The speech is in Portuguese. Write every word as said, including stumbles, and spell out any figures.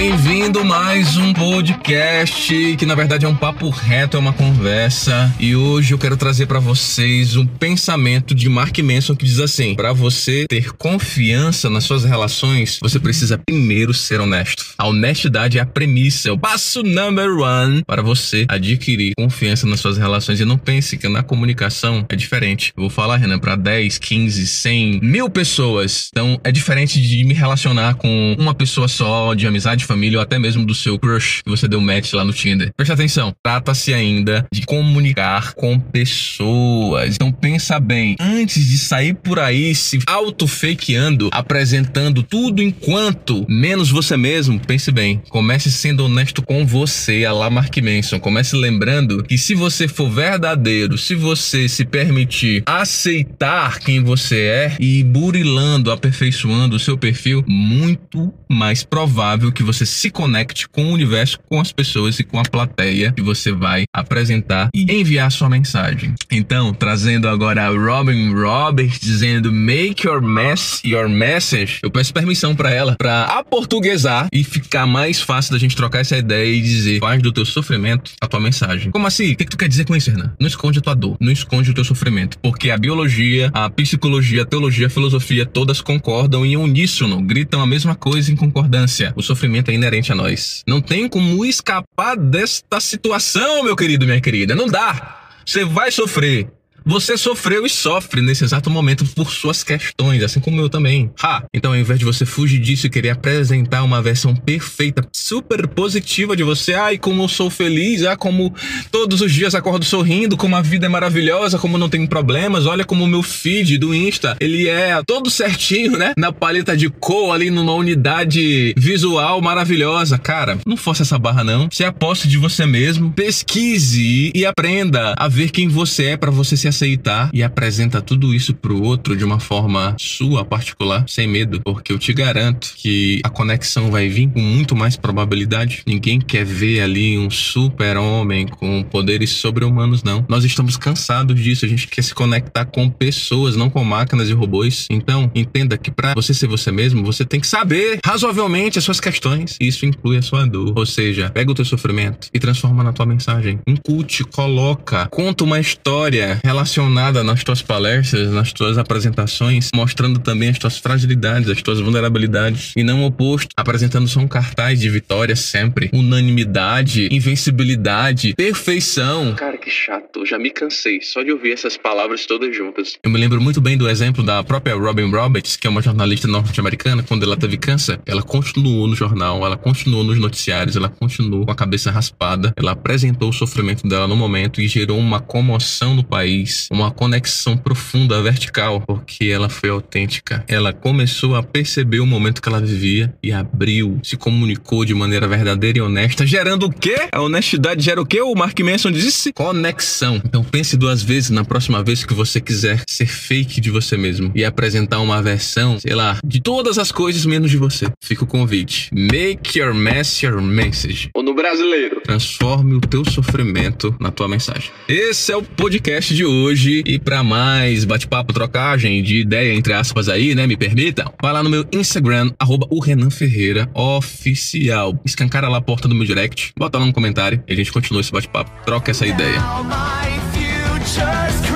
Bem-vindo mais um podcast que na verdade é um papo reto, é uma conversa. E hoje eu quero trazer para vocês um pensamento de Mark Manson que diz assim: para você ter confiança nas suas relações, você precisa primeiro ser honesto. A honestidade é a premissa, é o passo number one para você adquirir confiança nas suas relações. E não pense que na comunicação é diferente. Eu vou falar, Renan, para dez, quinze, cem, mil pessoas. Então é diferente de me relacionar com uma pessoa só, de amizade, família ou até mesmo do seu crush que você deu match lá no Tinder. Presta atenção, trata-se ainda de comunicar com pessoas. Então pensa bem, antes de sair por aí se auto-fakeando, apresentando tudo enquanto menos você mesmo, pense bem, comece sendo honesto com você, a lá Mark Manson. Comece lembrando que se você for verdadeiro, se você se permitir aceitar quem você é e burilando, aperfeiçoando o seu perfil, muito mais provável que você se conecte com o universo, com as pessoas e com a plateia que você vai apresentar e enviar sua mensagem. Então, trazendo agora a Robin Roberts dizendo make your mess your message, eu peço permissão para ela para aportuguesar e ficar mais fácil da gente trocar essa ideia e dizer: faz do teu sofrimento a tua mensagem. Como assim? O que, que tu quer dizer com isso, Renan? Não esconde a tua dor, não esconde o teu sofrimento, porque a biologia, a psicologia, a teologia, a filosofia, todas concordam em uníssono, gritam a mesma coisa em concordância. O sofrimento é inerente a nós. Não tem como escapar desta situação, meu querido, minha querida. Não dá. Você vai sofrer. Você sofreu e sofre nesse exato momento por suas questões, assim como eu também. Ha! Então, ao invés de você fugir disso e querer apresentar uma versão perfeita, super positiva de você, ai, como eu sou feliz, ah, como todos os dias acordo sorrindo, como a vida é maravilhosa, como não tenho problemas, olha como o meu feed do Insta, ele é todo certinho, né? Na paleta de cor, ali numa unidade visual maravilhosa. Cara, não força essa barra, não. Se aposte de você mesmo, pesquise e aprenda a ver quem você é para você se aceitar e apresenta tudo isso pro outro de uma forma sua, particular, sem medo, porque eu te garanto que a conexão vai vir com muito mais probabilidade. Ninguém quer ver ali um super homem com poderes sobre-humanos, não. Nós estamos cansados disso, a gente quer se conectar com pessoas, não com máquinas e robôs. Então, entenda que para você ser você mesmo, você tem que saber razoavelmente as suas questões. Isso inclui a sua dor. Ou seja, pega o teu sofrimento e transforma na tua mensagem. Incute, coloca, conta uma história relacionada relacionada nas tuas palestras, nas tuas apresentações, mostrando também as tuas fragilidades, as tuas vulnerabilidades, e não o oposto, apresentando só um cartaz de vitória sempre, unanimidade, invencibilidade, perfeição. Cara, que chato, eu já me cansei só de ouvir essas palavras todas juntas. Eu me lembro muito bem do exemplo da própria Robin Roberts, que é uma jornalista norte-americana. Quando ela teve câncer, ela continuou no jornal, ela continuou nos noticiários, ela continuou com a cabeça raspada, ela apresentou o sofrimento dela no momento e gerou uma comoção no país, uma conexão profunda, vertical, porque ela foi autêntica. Ela começou a perceber o momento que ela vivia e abriu, se comunicou de maneira verdadeira e honesta, gerando o quê? A honestidade gera o quê? O Mark Manson disse? Conexão. Então pense duas vezes na próxima vez que você quiser ser fake de você mesmo e apresentar uma versão, sei lá, de todas as coisas menos de você. Fica o convite. Make your mess your message. Ou no brasileiro, transforme o teu sofrimento na tua mensagem. Esse é o podcast de hoje. Hoje, e para mais bate-papo, trocagem de ideia, entre aspas aí, né, me permitam, vai lá no meu Instagram, arroba o Renan Ferreira Oficial. Escancara lá a porta do meu direct, bota lá no comentário e a gente continua esse bate-papo, troca essa ideia.